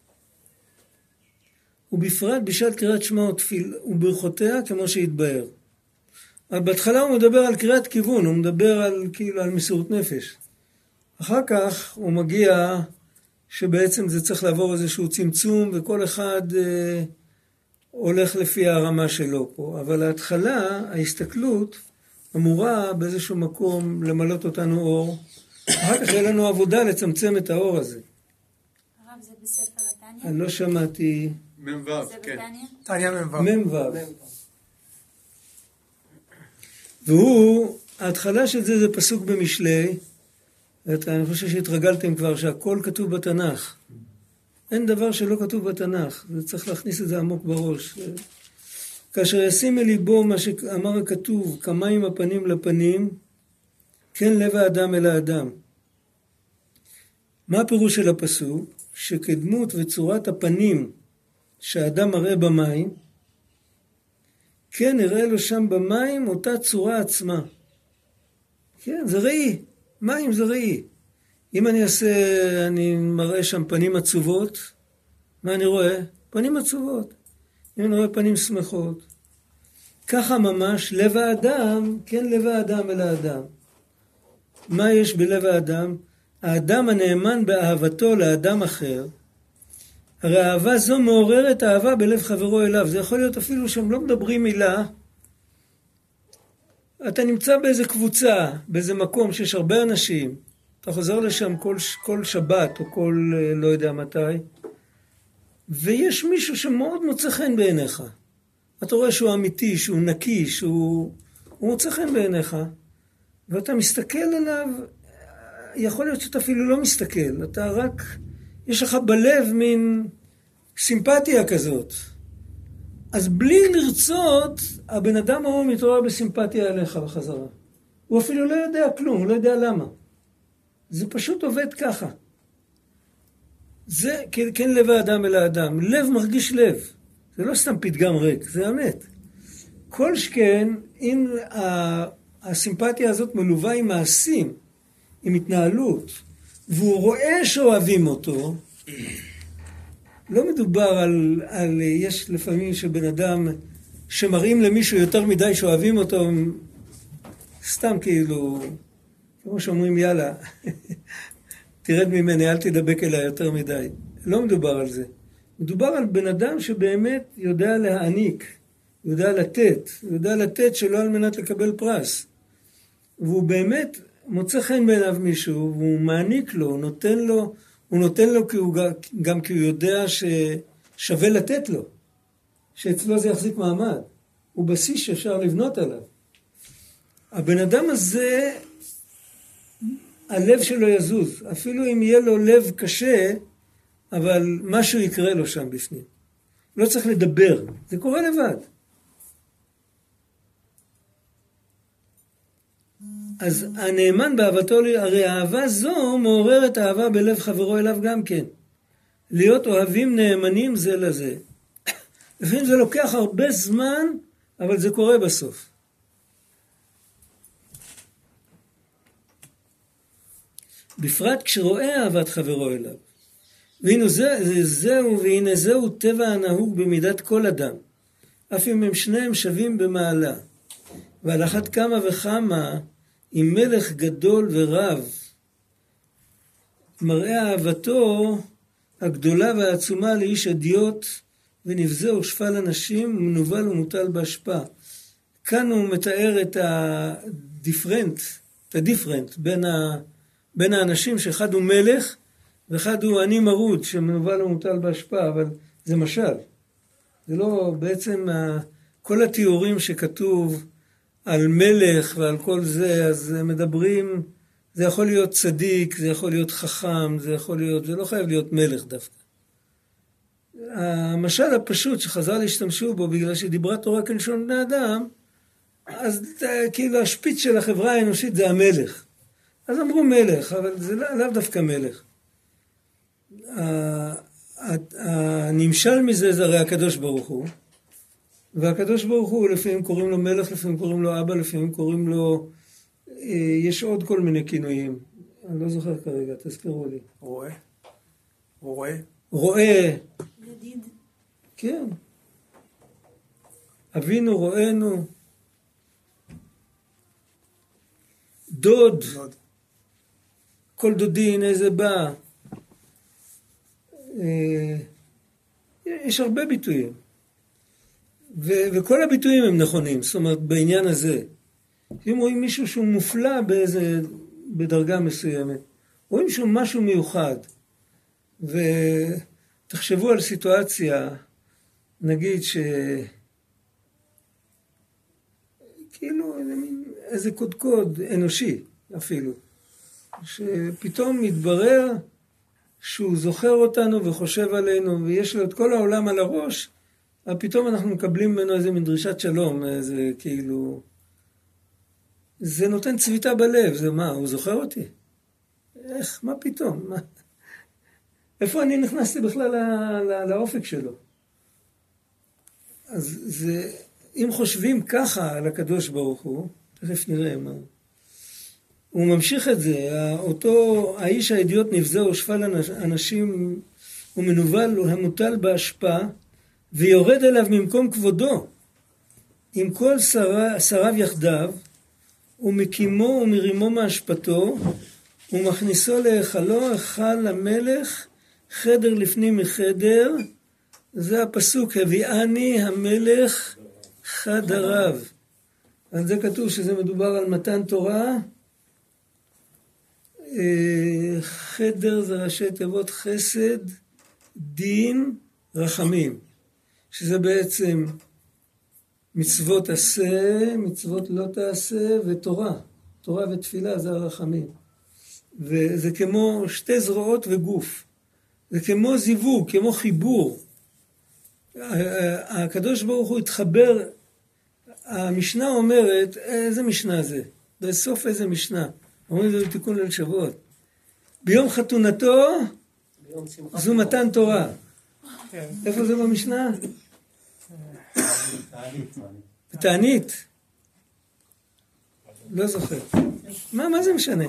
ובפרט בשעת קריאת שמע ותפילה וברכותיה כמו שהתבאר. אבל בהתחלה הוא מדבר על קריאת כיוון, הוא מדבר על, כאילו, על מסירות נפש. אחר כך הוא מגיע שבעצם זה צריך לעבור איזשהו צמצום, וכל אחד אה, הולך לפי הרמה שלו פה. אבל ההתחלה, ההסתכלות, אמורה באיזשהו מקום למלות אותנו אור. אחר כך יהיה לנו עבודה לצמצם את האור הזה. הרב, זה בספר התניא? אני לא שמעתי... ממבב, כן. תניא ממבב. ממבב. והוא, ההתחלה של זה זה פסוק במשלי. אני חושב שהתרגלתם כבר שהכל כתוב בתנ"ך. אין דבר שלא כתוב בתנ"ך. זה צריך להכניס את זה עמוק בראש. כאשר ישים אל ליבו מה שאמר הכתוב, כמים הפנים לפנים, כן לב האדם אל האדם. מה הפירוש של הפסוק? שכדמות וצורת הפנים שהאדם מראה במים, כן נראה לו שם במים אותה צורה עצמה. כן, זה ראי. מים זה ראי. אם אני אעשה, אני מראה שם פנים עצובות, מה אני רואה? פנים עצובות. אם אני רואה פנים שמחות. ככה ממש לב האדם, כן לב האדם אל האדם. מה יש בלב האדם? האדם הנאמן באהבתו לאדם אחר, הרי האהבה זו מעוררת אהבה בלב חברו אליו. זה יכול להיות אפילו שהם לא מדברים מילה. אתה נמצא באיזה קבוצה, באיזה מקום שיש הרבה אנשים. אתה חוזר לשם כל, כל שבת או כל לא יודע מתי. ויש מישהו שמאוד מוצא חן בעיניך. אתה רואה שהוא אמיתי, שהוא נקי, שהוא הוא מוצא חן בעיניך. ואתה מסתכל עליו, יכול להיות שאתה אפילו לא מסתכל. אתה רק... יש לך בלב מין סימפתיה כזאת. אז בלי לרצות, הבן אדם ההוא מתעורר בסימפתיה אליך בחזרה. הוא אפילו לא יודע כלום, הוא לא יודע למה. זה פשוט עובד ככה. זה כן, כן לב האדם אל האדם. לב מרגיש לב. זה לא סתם פתגם ריק, זה אמת. כל שכן, אם הסימפתיה הזאת מלווה עם מעשים, עם התנהלות, והוא רואה שאוהבים אותו, לא מדובר על, על, יש לפעמים שבן אדם שמראים למישהו יותר מדי שאוהבים אותו, סתם כאילו, כמו שאומרים יאללה, תרד ממני, אל תדבק אליי יותר מדי. לא מדובר על זה. מדובר על בן אדם שבאמת יודע להעניק, יודע לתת, יודע לתת שלא על מנת לקבל פרס. והוא באמת מוצא חן בעיניו מישהו, והוא מעניק לו, הוא נותן לו, הוא נותן לו כי הוא, גם כי הוא יודע ששווה לתת לו, שאצלו זה יחזיק מעמד. הוא בסיס שאפשר לבנות עליו. הבן אדם הזה, הלב שלו יזוז, אפילו אם יהיה לו לב קשה, אבל משהו יקרה לו שם בפנים. לא צריך לדבר, זה קורה לבד. אז הנאמן באהבתו, הרי האהבה זו מעוררת אהבה בלב חברו אליו גם כן. להיות אוהבים נאמנים זה לזה. לפעמים זה לוקח הרבה זמן, אבל זה קורה בסוף. בפרט כשרואה אהבת חברו אליו. והנה זה, זה, זהו, והנה זהו טבע הנהוג במידת כל אדם. אף אם הם שניהם שווים במעלה. ועל אחת כמה וכמה, עם מלך גדול ורב. מראה אהבתו הגדולה והעצומה לאיש אדיוט, ונבזה ושפל אנשים, מנוול ומוטל בהשפעה. כאן הוא מתאר את הדיפרנט, את הדיפרנט בין, ה, בין האנשים, שאחד הוא מלך, ואחד הוא עני מרוד, שמנוול ומוטל בהשפעה, אבל זה משל. זה לא בעצם כל התיאורים שכתוב על מלך ועל כל זה, אז מדברים, זה יכול להיות צדיק, זה יכול להיות חכם, זה יכול להיות, זה לא חייב להיות מלך דווקא. המשל הפשוט שחז"ל השתמשו בו בגלל שדיברה תורה כלשון בני אדם, אז כאילו השפיץ של החברה האנושית זה המלך. אז אמרו מלך, אבל זה לא, לא דווקא מלך. הנמשל מזה זה הרי הקדוש ברוך הוא, והקדוש ברוך הוא לפעמים קוראים לו מלך, לפעמים קוראים לו אבא, לפעמים קוראים לו, יש עוד כל מיני כינויים. אני לא זוכר כרגע, תזכירו לי. רואה? רואה? רואה. ידיד. כן. אבינו, רואינו. דוד. דוד. כל דודי, הנה זה בא. יש הרבה ביטויים. ו- וכל הביטויים הם נכונים, זאת אומרת, בעניין הזה. אם רואים מישהו שהוא מופלא באיזה, בדרגה מסוימת, רואים שהוא משהו מיוחד, ותחשבו על סיטואציה, נגיד ש... כאילו איזה קודקוד אנושי אפילו, שפתאום מתברר שהוא זוכר אותנו וחושב עלינו, ויש לו את כל העולם על הראש, אבל פתאום אנחנו מקבלים ממנו איזה מין דרישת שלום, איזה כאילו... זה נותן צביטה בלב, זה מה, הוא זוכר אותי? איך, מה פתאום? מה? איפה אני נכנסתי בכלל לא, לא, לאופק שלו? אז זה, אם חושבים ככה על הקדוש ברוך הוא, תכף נראה מה. הוא ממשיך את זה, אותו האיש האידיוט נבזה ושפל אנשים, הוא מנוול, הוא המוטל בהשפעה, ויורד אליו ממקום כבודו, עם כל שרה, שריו יחדיו, ומקימו ומרימו מהשפתו, ומכניסו להיכלו, היכל המלך, חדר לפנים מחדר, זה הפסוק, הביאני המלך חדריו. על זה כתוב שזה מדובר על מתן תורה, חדר זה ראשי תיבות חסד, דין, רחמים. שזה בעצם מצוות עשה, מצוות לא תעשה, ותורה. תורה ותפילה זה הרחמים. וזה כמו שתי זרועות וגוף. זה כמו זיווג, כמו חיבור. הקדוש ברוך הוא התחבר, המשנה אומרת, איזה משנה זה? בסוף איזה משנה? אומרים זה בתיקון ליל שבועות. ביום חתונתו, זו מתן תורה. איפה זה במשנה? בתענית. לא זוכר. מה, מה זה משנה?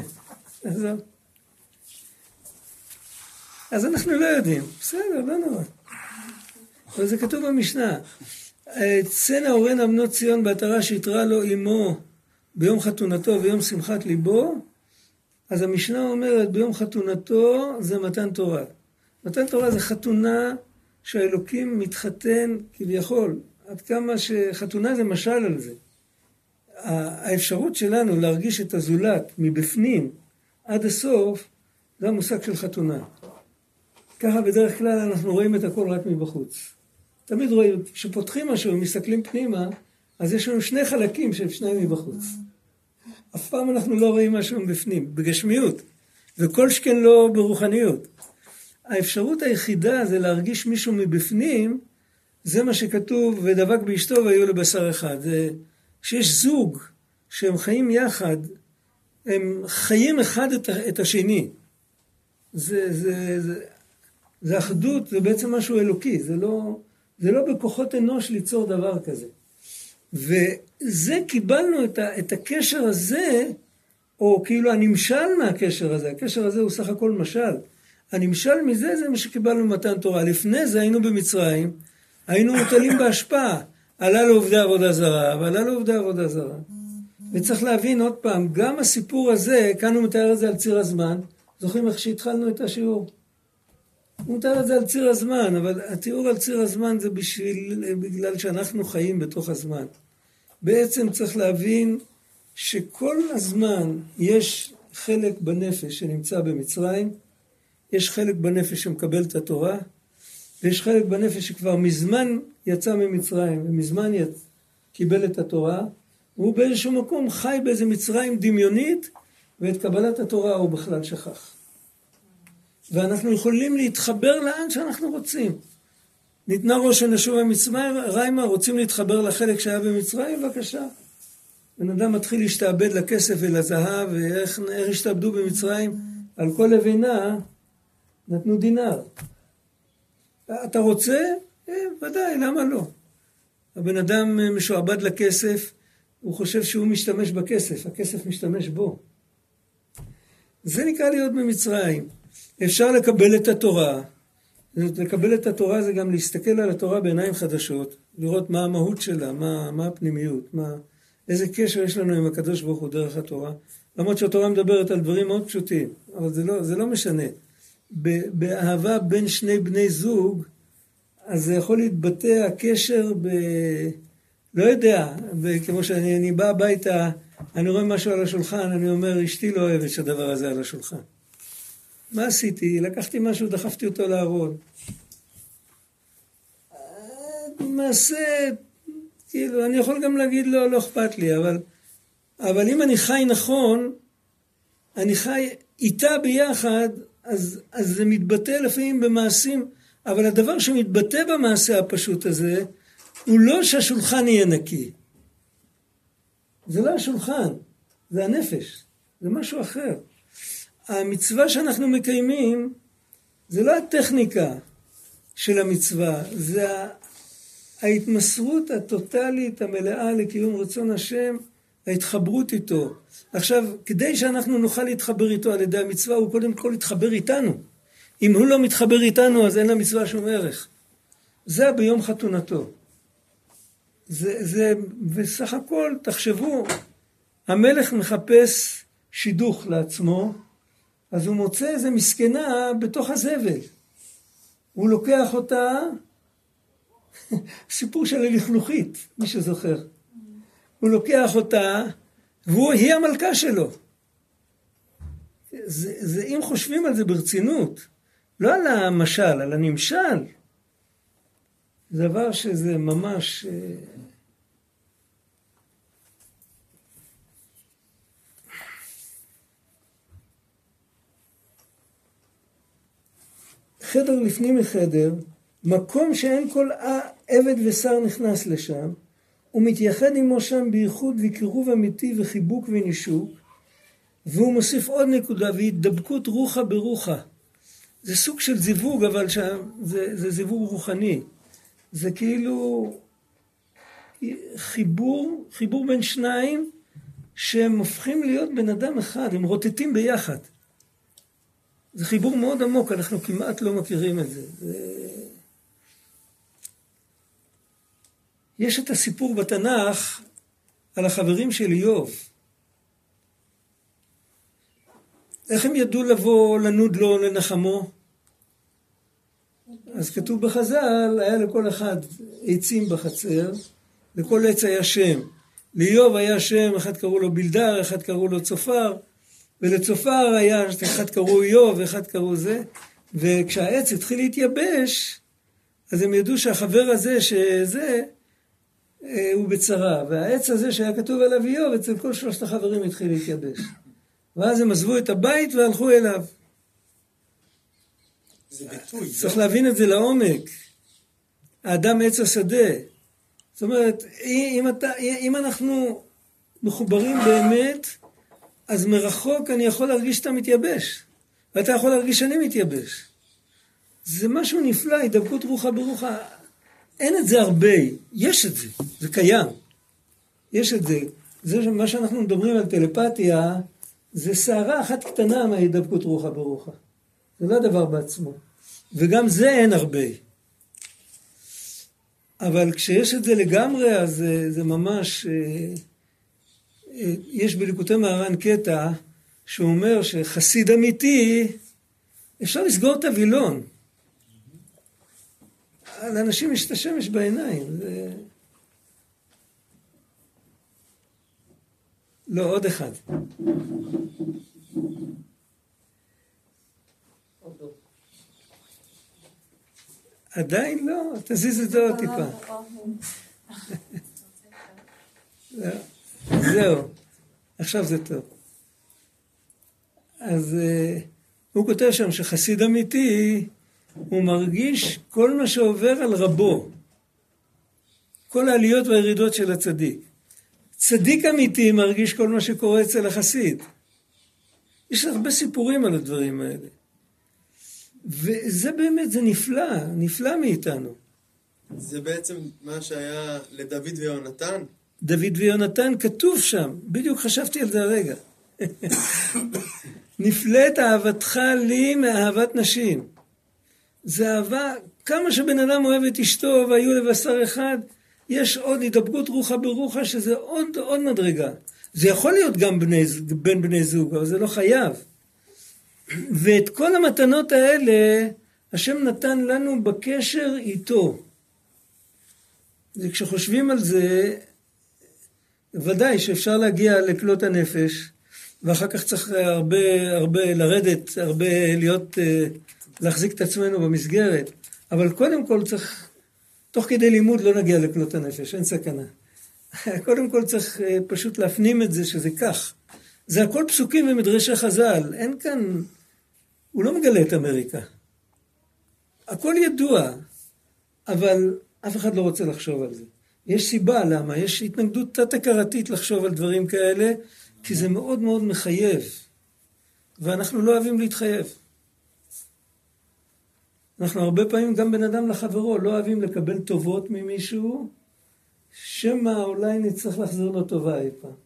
אז אנחנו לא יודעים. בסדר, לא נורא. אבל זה כתוב במשנה. צאנה אורנה בנות ציון בעטרה שהתראה לו אמו ביום חתונתו ויום שמחת ליבו, אז המשנה אומרת ביום חתונתו זה מתן תורה. מתן תורה זה חתונה שהאלוקים מתחתן כביכול. עד כמה שחתונה זה משל על זה. האפשרות שלנו להרגיש את הזולת מבפנים עד הסוף, זה המושג של חתונה. ככה בדרך כלל אנחנו רואים את הכל רק מבחוץ. תמיד רואים, כשפותחים משהו ומסתכלים פנימה, אז יש לנו שני חלקים של שניים מבחוץ. אף פעם אנחנו לא רואים משהו מבפנים, בגשמיות, וכל שכן לא ברוחניות. האפשרות היחידה זה להרגיש מישהו מבפנים, זה מה שכתוב, ודבק באשתו והיו לבשר אחד. זה שיש זוג שהם חיים יחד, הם חיים אחד את, את השני. זה, זה, זה, זה אחדות, זה בעצם משהו אלוקי, זה לא, זה לא בכוחות אנוש ליצור דבר כזה. וזה קיבלנו את, ה, את הקשר הזה, או כאילו הנמשל מהקשר הזה, הקשר הזה הוא סך הכל משל. הנמשל מזה זה מה שקיבלנו מתן תורה. לפני זה היינו במצרים, היינו מוטלים בהשפעה. עלה לעובדי עבודה זרה, ועלה לעובדי עבודה זרה. וצריך להבין עוד פעם, גם הסיפור הזה, כאן הוא מתאר את זה על ציר הזמן, זוכרים איך שהתחלנו את השיעור? הוא מתאר את זה על ציר הזמן, אבל התיאור על ציר הזמן זה בשביל, בגלל שאנחנו חיים בתוך הזמן. בעצם צריך להבין שכל הזמן יש חלק בנפש שנמצא במצרים, יש חלק בנפש שמקבל את התורה, ויש חלק בנפש שכבר מזמן יצא ממצרים, ומזמן יצ... קיבל את התורה, והוא באיזשהו מקום חי באיזה מצרים דמיונית, ואת קבלת התורה הוא בכלל שכח. ואנחנו יכולים להתחבר לאן שאנחנו רוצים. ניתנה ראש ונשוב במצרים, ריימה, רוצים להתחבר לחלק שהיה במצרים, בבקשה. בן אדם מתחיל להשתעבד לכסף ולזהב, ואיך השתעבדו במצרים, על כל לבינה נתנו דינר. אתה רוצה? אה, ודאי, למה לא? הבן אדם משועבד לכסף, הוא חושב שהוא משתמש בכסף, הכסף משתמש בו. זה נקרא להיות במצרים. אפשר לקבל את התורה. לקבל את התורה זה גם להסתכל על התורה בעיניים חדשות, לראות מה המהות שלה, מה, מה הפנימיות, מה, איזה קשר יש לנו עם הקדוש ברוך הוא דרך התורה. למרות שהתורה מדברת על דברים מאוד פשוטים, אבל זה לא, זה לא משנה. באהבה בין שני בני זוג, אז זה יכול להתבטא הקשר ב... לא יודע, כמו שאני אני בא הביתה, אני רואה משהו על השולחן, אני אומר, אשתי לא אוהבת שהדבר הזה על השולחן. מה עשיתי? לקחתי משהו, דחפתי אותו לארון. מעשה, כאילו, אני יכול גם להגיד לו, לא אכפת לי, אבל, אבל אם אני חי נכון, אני חי איתה ביחד, אז, אז זה מתבטא לפעמים במעשים, אבל הדבר שמתבטא במעשה הפשוט הזה, הוא לא שהשולחן יהיה נקי. זה לא השולחן, זה הנפש, זה משהו אחר. המצווה שאנחנו מקיימים, זה לא הטכניקה של המצווה, זה ההתמסרות הטוטלית, המלאה לקיום רצון השם, ההתחברות איתו. עכשיו, כדי שאנחנו נוכל להתחבר איתו על ידי המצווה, הוא קודם כל להתחבר איתנו. אם הוא לא מתחבר איתנו, אז אין למצווה שום ערך. זה ביום חתונתו. זה, זה, בסך הכל, תחשבו, המלך מחפש שידוך לעצמו, אז הוא מוצא איזה מסכנה בתוך הזבל. הוא לוקח אותה, סיפור של הלכלוכית, מי שזוכר. הוא לוקח אותה, והיא המלכה שלו. זה, זה, אם חושבים על זה ברצינות, לא על המשל, על הנמשל, זה דבר שזה ממש... חדר לפנים מחדר, מקום שאין כל עבד ושר נכנס לשם, הוא מתייחד עמו שם בייחוד וקירוב אמיתי וחיבוק ונישוק, והוא מוסיף עוד נקודה, והתדבקות רוחה ברוחה. זה סוג של זיווג, אבל שם, זה, זה זיווג רוחני. זה כאילו חיבור, חיבור בין שניים, שהם הופכים להיות בן אדם אחד, הם רוטטים ביחד. זה חיבור מאוד עמוק, אנחנו כמעט לא מכירים את זה. זה... יש את הסיפור בתנ"ך על החברים של איוב. איך הם ידעו לבוא לנוד לו לנחמו? אז כתוב בחז"ל, היה לכל אחד עצים בחצר, לכל עץ היה שם. לאיוב היה שם, אחד קראו לו בלדר, אחד קראו לו צופר, ולצופר היה, אחד קראו איוב, ואחד קראו זה, וכשהעץ התחיל להתייבש, אז הם ידעו שהחבר הזה, שזה, הוא בצרה, והעץ הזה שהיה כתוב עליו איוב, אצל כל שלושת החברים התחיל להתייבש. ואז הם עזבו את הבית והלכו אליו. זה ביטוי. צריך להבין את זה לעומק. האדם עץ השדה. זאת אומרת, אם, אתה, אם אנחנו מחוברים באמת, אז מרחוק אני יכול להרגיש שאתה מתייבש. ואתה יכול להרגיש שאני מתייבש. זה משהו נפלא, הידבקות רוחה ברוחה. אין את זה הרבה. יש את זה. זה קיים. יש את זה. זה מה שאנחנו מדברים על טלפתיה, זה שערה אחת קטנה מההידבקות רוחה ברוחה. זה לא דבר בעצמו. וגם זה אין הרבה. אבל כשיש את זה לגמרי, אז זה, זה ממש... אה, יש בליקוטי מהר"ן קטע שהוא אומר שחסיד אמיתי, אפשר לסגור את הווילון. לאנשים יש את השמש בעיניים. זה... לא, עוד אחד. עדיין לא, תזיז את זה עוד טיפה. זהו, עכשיו זה טוב. אז הוא כותב שם שחסיד אמיתי, הוא מרגיש כל מה שעובר על רבו. כל העליות והירידות של הצדיק. צדיק אמיתי מרגיש כל מה שקורה אצל החסיד. יש הרבה סיפורים על הדברים האלה. וזה באמת, זה נפלא, נפלא מאיתנו. זה בעצם מה שהיה לדוד ויונתן? דוד ויונתן כתוב שם, בדיוק חשבתי על זה הרגע. נפלאת אהבתך לי מאהבת נשים. זה אהבה, כמה שבן אדם אוהב את אשתו והיו לבשר אחד, יש עוד התדבקות רוחה ברוחה שזה עוד, עוד מדרגה. זה יכול להיות גם בני, בין בני זוג, אבל זה לא חייב. ואת כל המתנות האלה, השם נתן לנו בקשר איתו. וכשחושבים על זה, ודאי שאפשר להגיע לכלות הנפש, ואחר כך צריך הרבה, הרבה לרדת, הרבה להיות, להחזיק את עצמנו במסגרת. אבל קודם כל צריך, תוך כדי לימוד לא נגיע לכלות הנפש, אין סכנה. קודם כל צריך פשוט להפנים את זה שזה כך. זה הכל פסוקים ומדרשי חז"ל, אין כאן, הוא לא מגלה את אמריקה. הכל ידוע, אבל אף אחד לא רוצה לחשוב על זה. יש סיבה למה, יש התנגדות תת-הכרתית לחשוב על דברים כאלה, כי זה מאוד מאוד מחייב, ואנחנו לא אוהבים להתחייב. אנחנו הרבה פעמים גם בן אדם לחברו, לא אוהבים לקבל טובות ממישהו, שמה אולי נצטרך להחזיר לו טובה אי פעם.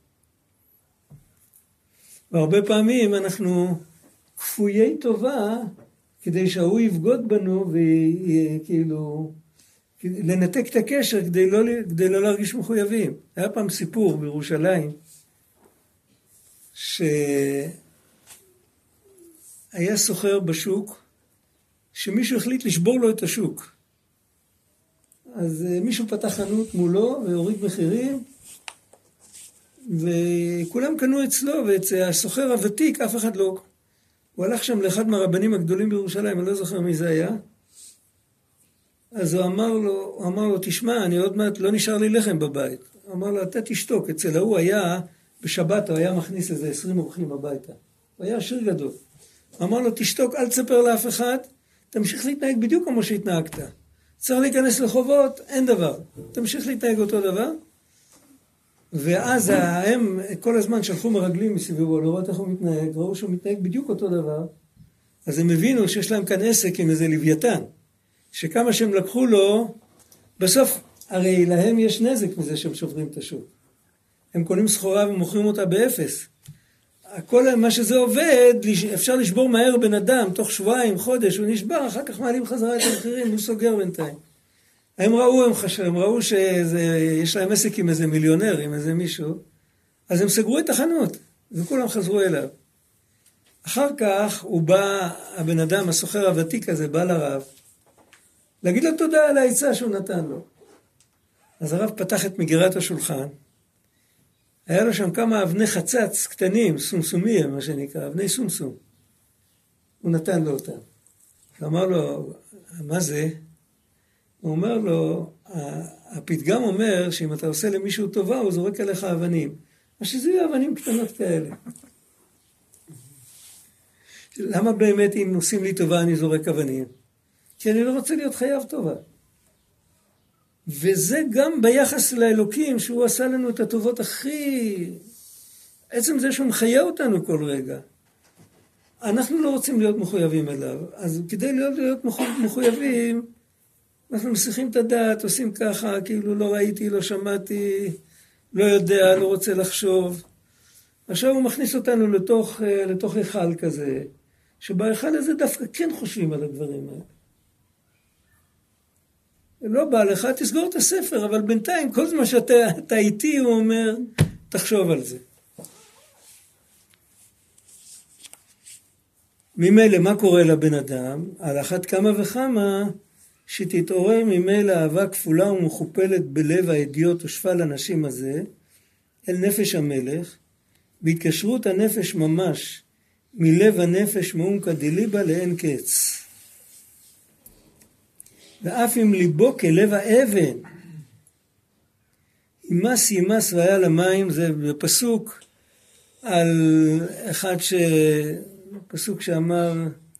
והרבה פעמים אנחנו כפויי טובה, כדי שהוא יבגוד בנו, וכאילו, לנתק את הקשר כדי לא, כדי לא להרגיש מחויבים. היה פעם סיפור בירושלים, שהיה סוחר בשוק, שמישהו החליט לשבור לו את השוק. אז מישהו פתח חנות מולו והוריד מחירים, וכולם קנו אצלו, והסוחר הוותיק, אף אחד לא. הוא הלך שם לאחד מהרבנים הגדולים בירושלים, אני לא זוכר מי זה היה. אז הוא אמר לו, הוא אמר לו, תשמע, אני עוד מעט לא נשאר לי לחם בבית. הוא אמר לו, אתה תשתוק. אצל ההוא היה, בשבת הוא היה מכניס איזה עשרים אורחים הביתה. הוא היה עשיר גדול. הוא אמר לו, תשתוק, אל תספר לאף אחד, תמשיך להתנהג בדיוק כמו שהתנהגת. צריך להיכנס לחובות, אין דבר. תמשיך להתנהג אותו דבר. ואז הם כל הזמן שלחו מרגלים מסביבו, לראות איך הוא מתנהג, ראו שהוא מתנהג בדיוק אותו דבר. אז הם הבינו שיש להם כאן עסק עם איזה לוויתן. שכמה שהם לקחו לו, בסוף, הרי להם יש נזק מזה שהם שוברים את השוק. הם קונים סחורה ומוכרים אותה באפס. כל מה שזה עובד, אפשר לשבור מהר בן אדם, תוך שבועיים, חודש, הוא נשבר, אחר כך מעלים חזרה את המחירים, הוא סוגר בינתיים. הם ראו, הם חשבו, הם ראו שיש להם עסק עם איזה מיליונר, עם איזה מישהו, אז הם סגרו את החנות, וכולם חזרו אליו. אחר כך הוא בא, הבן אדם, הסוחר הוותיק הזה, בא לרב, להגיד לו תודה על העצה שהוא נתן לו. אז הרב פתח את מגירת השולחן, היה לו שם כמה אבני חצץ קטנים, סומסומיים, מה שנקרא, אבני סומסום. הוא נתן לו אותם. הוא אמר לו, מה זה? הוא אומר לו, הפתגם אומר שאם אתה עושה למישהו טובה, הוא זורק עליך אבנים. אז שזה יהיו אבנים קטנות כאלה. למה באמת אם עושים לי טובה אני זורק אבנים? כי אני לא רוצה להיות חייב טובה. וזה גם ביחס לאלוקים, שהוא עשה לנו את הטובות הכי... עצם זה שהוא מחיה אותנו כל רגע. אנחנו לא רוצים להיות מחויבים אליו. אז כדי להיות, להיות מחויבים, אנחנו מסיחים את הדעת, עושים ככה, כאילו לא ראיתי, לא שמעתי, לא יודע, לא רוצה לחשוב. עכשיו הוא מכניס אותנו לתוך, לתוך היכל כזה, שבהיכל הזה דווקא כן חושבים על הדברים האלה. לא בא לך, תסגור את הספר, אבל בינתיים, כל זמן שאתה אתה איתי, הוא אומר, תחשוב על זה. ממילא מה קורה לבן אדם? על אחת כמה וכמה שתתעורר ממילא אהבה כפולה ומכופלת בלב האדיוט ושפל הנשים הזה, אל נפש המלך, בהתקשרות הנפש ממש מלב הנפש מעומקא דליבא לאין קץ. ואף אם ליבו כלב האבן, ימס ימס והיה למים, זה בפסוק על אחד ש... פסוק שאמר,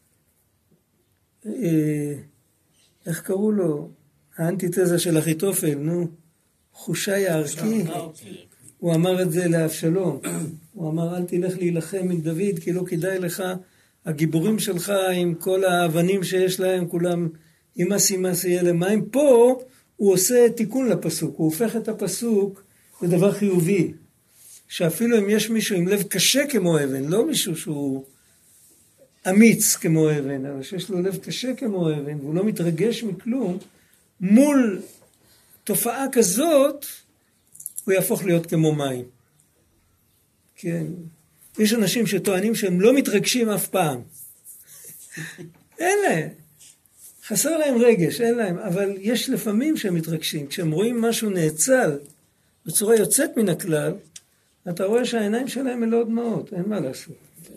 אה, איך קראו לו? האנטיתזה של אחיתופל, נו, חושי הערכי. הוא אמר את זה לאבשלום. הוא אמר, אל תלך להילחם עם דוד, כי לא כדאי לך, הגיבורים שלך עם כל האבנים שיש להם, כולם ימס ימס יהיה למים. פה הוא עושה תיקון לפסוק, הוא הופך את הפסוק לדבר חיובי. שאפילו אם יש מישהו עם לב קשה כמו אבן, לא מישהו שהוא אמיץ כמו אבן, אבל שיש לו לב קשה כמו אבן, והוא לא מתרגש מכלום, מול תופעה כזאת, הוא יהפוך להיות כמו מים. כן. יש אנשים שטוענים שהם לא מתרגשים אף פעם. אין להם. חסר להם רגש, אין להם. אבל יש לפעמים שהם מתרגשים. כשהם רואים משהו נאצל, בצורה יוצאת מן הכלל, אתה רואה שהעיניים שלהם מלאות דמעות. אין מה לעשות.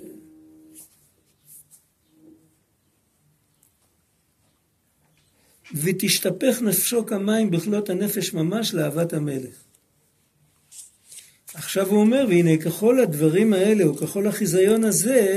ותשתפך נפשו כמים בכלות הנפש ממש לאהבת המלך. עכשיו הוא אומר, והנה ככל הדברים האלה, או ככל החיזיון הזה,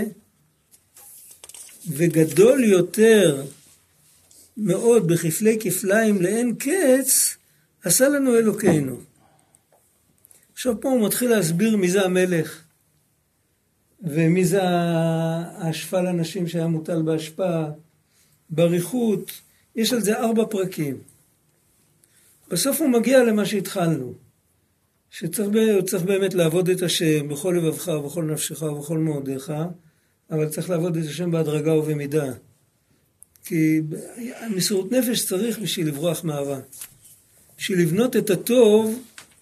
וגדול יותר מאוד בכפלי כפליים לאין קץ, עשה לנו אלוקינו. עכשיו פה הוא מתחיל להסביר מי זה המלך, ומי זה השפל אנשים שהיה מוטל בהשפעה, בריחות, יש על זה ארבע פרקים. בסוף הוא מגיע למה שהתחלנו. שצריך צריך באמת לעבוד את השם בכל לבבך ובכל נפשך ובכל מאודיך, אבל צריך לעבוד את השם בהדרגה ובמידה. כי מסירות נפש צריך בשביל לברוח מאהבה. בשביל לבנות את הטוב,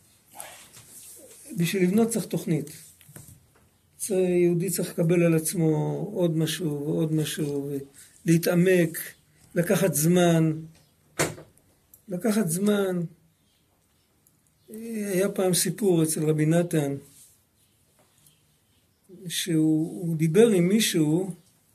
בשביל לבנות צריך תוכנית. יהודי צריך לקבל על עצמו עוד משהו ועוד משהו, להתעמק, לקחת זמן, לקחת זמן. היה פעם סיפור אצל רבי נתן, שהוא דיבר עם מישהו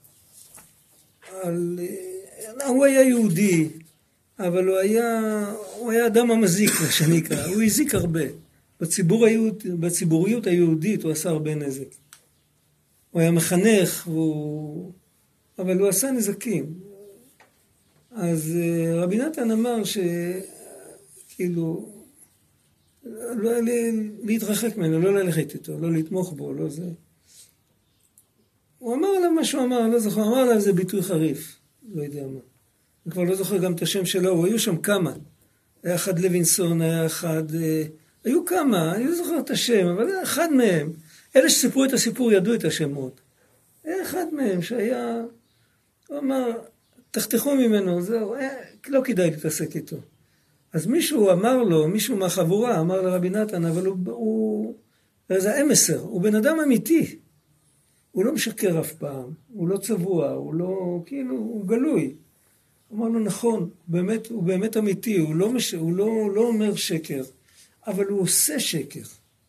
על, הוא היה יהודי, אבל הוא היה, הוא היה אדם המזיק, מה שנקרא, הוא הזיק הרבה. בציבור היהוד, בציבוריות היהודית הוא עשה הרבה נזק. הוא היה מחנך, והוא, אבל הוא עשה נזקים. אז רבי נתן אמר שכאילו, לא, להתרחק ממנו, לא ללכת איתו, לא לתמוך בו, לא זה. הוא אמר עליו מה שהוא אמר, לא זוכר, אמר עליו זה ביטוי חריף, לא יודע מה. אני כבר לא זוכר גם את השם שלו, היו שם כמה. היה אחד לוינסון, היה אחד, אה, היו כמה, אני לא זוכר את השם, אבל אחד מהם, אלה שסיפרו את הסיפור ידעו את השמות. היה אחד מהם שהיה, הוא אמר, תחתכו ממנו, זהו, אה, לא כדאי להתעסק איתו. אז מישהו אמר לו, מישהו מהחבורה אמר לרבי נתן, אבל הוא, הוא זה אמסר, הוא בן אדם אמיתי. הוא לא משקר אף פעם, הוא לא צבוע, הוא לא, כאילו, הוא גלוי. הוא אמר לו, נכון, באמת, הוא באמת אמיתי, הוא לא, מש, הוא לא, לא אומר שקר, אבל הוא עושה שקר.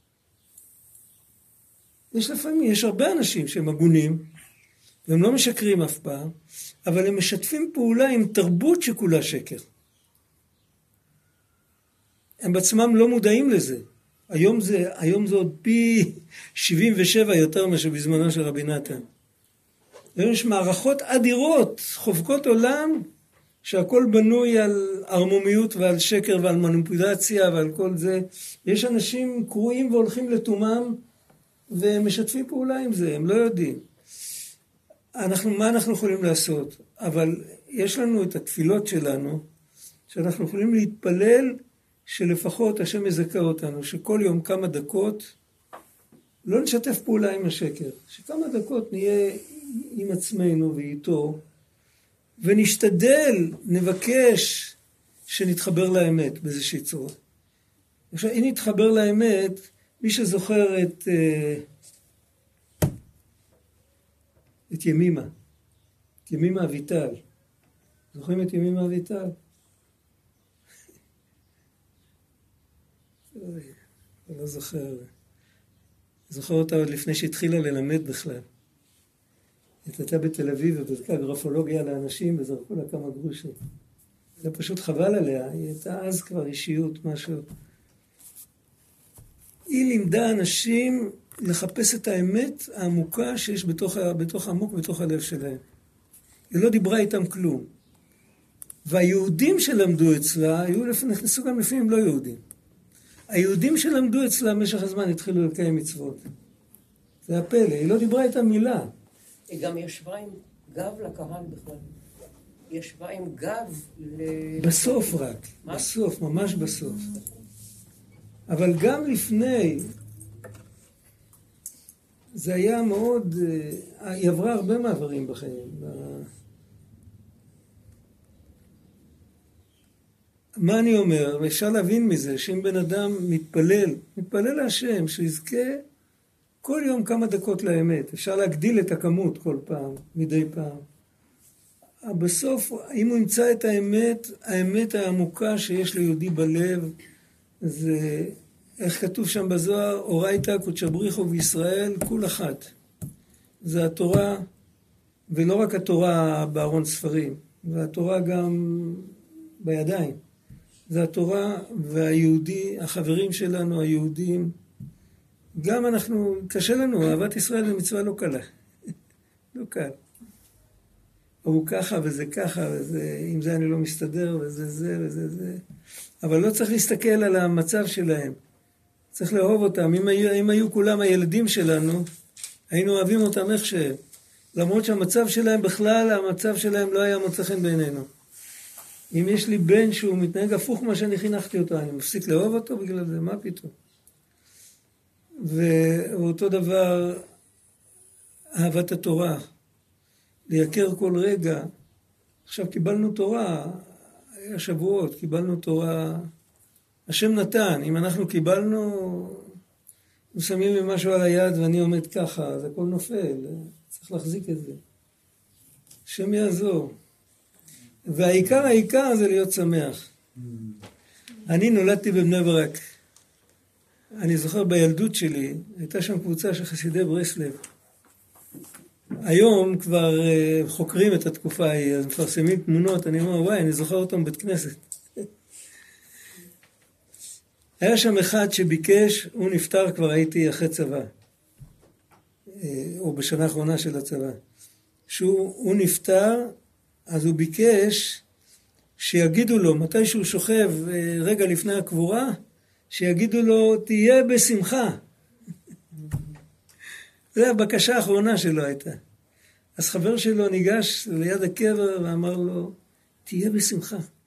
יש לפעמים, יש הרבה אנשים שהם הגונים, והם לא משקרים אף פעם, אבל הם משתפים פעולה עם תרבות שכולה שקר. הם בעצמם לא מודעים לזה. היום זה, היום זה עוד פי שבעים ושבע יותר מאשר בזמנו של רבי נתן. היום יש מערכות אדירות, חובקות עולם, שהכל בנוי על ערמומיות ועל שקר ועל מניפולציה ועל כל זה. יש אנשים קרועים והולכים לתומם, ומשתפים פעולה עם זה, הם לא יודעים. אנחנו, מה אנחנו יכולים לעשות? אבל יש לנו את התפילות שלנו, שאנחנו יכולים להתפלל, שלפחות השם יזכה אותנו, שכל יום כמה דקות, לא נשתף פעולה עם השקר, שכמה דקות נהיה עם עצמנו ואיתו, ונשתדל, נבקש, שנתחבר לאמת באיזושהי צורה. עכשיו, אם נתחבר לאמת, מי שזוכר את, את ימימה, ימימה אביטל. זוכרים את ימימה אביטל? אני לא זוכר. זוכר אותה עוד לפני שהתחילה ללמד בכלל. היא הייתה בתל אביב ובדקה גרפולוגיה לאנשים וזרקו לה כמה גרושים. זה פשוט חבל עליה, היא הייתה אז כבר אישיות, משהו. היא לימדה אנשים לחפש את האמת העמוקה שיש בתוך, בתוך עמוק, בתוך הלב שלהם. היא לא דיברה איתם כלום. והיהודים שלמדו אצלה, היו נכנסו גם לפעמים לא יהודים. היהודים שלמדו אצלה במשך הזמן התחילו לקיים מצוות. זה הפלא, היא לא דיברה איתם מילה. היא גם ישבה עם גב לקהל בכלל. היא ישבה עם גב ל... בסוף רק, מה? בסוף, ממש בסוף. אבל גם לפני, זה היה מאוד, היא עברה הרבה מעברים בחיים. מה אני אומר? אפשר להבין מזה שאם בן אדם מתפלל, מתפלל להשם, שיזכה כל יום כמה דקות לאמת. אפשר להגדיל את הכמות כל פעם, מדי פעם. בסוף, אם הוא ימצא את האמת, האמת העמוקה שיש ליהודי בלב, זה, איך כתוב שם בזוהר, אורייתא קודשא בריחו בישראל, כול אחת. זה התורה, ולא רק התורה בארון ספרים, והתורה גם בידיים. זה התורה והיהודי, החברים שלנו, היהודים, גם אנחנו, קשה לנו, אהבת ישראל זה מצווה לא קלה. לא קל. הוא ככה וזה ככה, וזה, עם זה אני לא מסתדר, וזה זה וזה זה. אבל לא צריך להסתכל על המצב שלהם. צריך לאהוב אותם. אם היו, אם היו כולם הילדים שלנו, היינו אוהבים אותם איך שהם. למרות שהמצב שלהם בכלל, המצב שלהם לא היה מוצא חן בעינינו. אם יש לי בן שהוא מתנהג הפוך מה שאני חינכתי אותו, אני מפסיק לאהוב אותו בגלל זה, מה פתאום? ואותו דבר, אהבת התורה, לייקר כל רגע. עכשיו קיבלנו תורה, היה שבועות, קיבלנו תורה, השם נתן, אם אנחנו קיבלנו, שמים לי משהו על היד ואני עומד ככה, אז הכל נופל, צריך להחזיק את זה. השם יעזור. והעיקר העיקר זה להיות שמח. אני נולדתי בבני ברק. אני זוכר בילדות שלי, הייתה שם קבוצה של חסידי ברסלב. היום כבר חוקרים את התקופה ההיא, אז מפרסמים תמונות, אני אומר, וואי, אני זוכר אותם בית כנסת. היה שם אחד שביקש, הוא נפטר, כבר הייתי אחרי צבא, או בשנה האחרונה של הצבא. שהוא נפטר, אז הוא ביקש שיגידו לו, מתי שהוא שוכב רגע לפני הקבורה, שיגידו לו, תהיה בשמחה. זו הבקשה האחרונה שלו הייתה. אז חבר שלו ניגש ליד הקבר ואמר לו, תהיה בשמחה.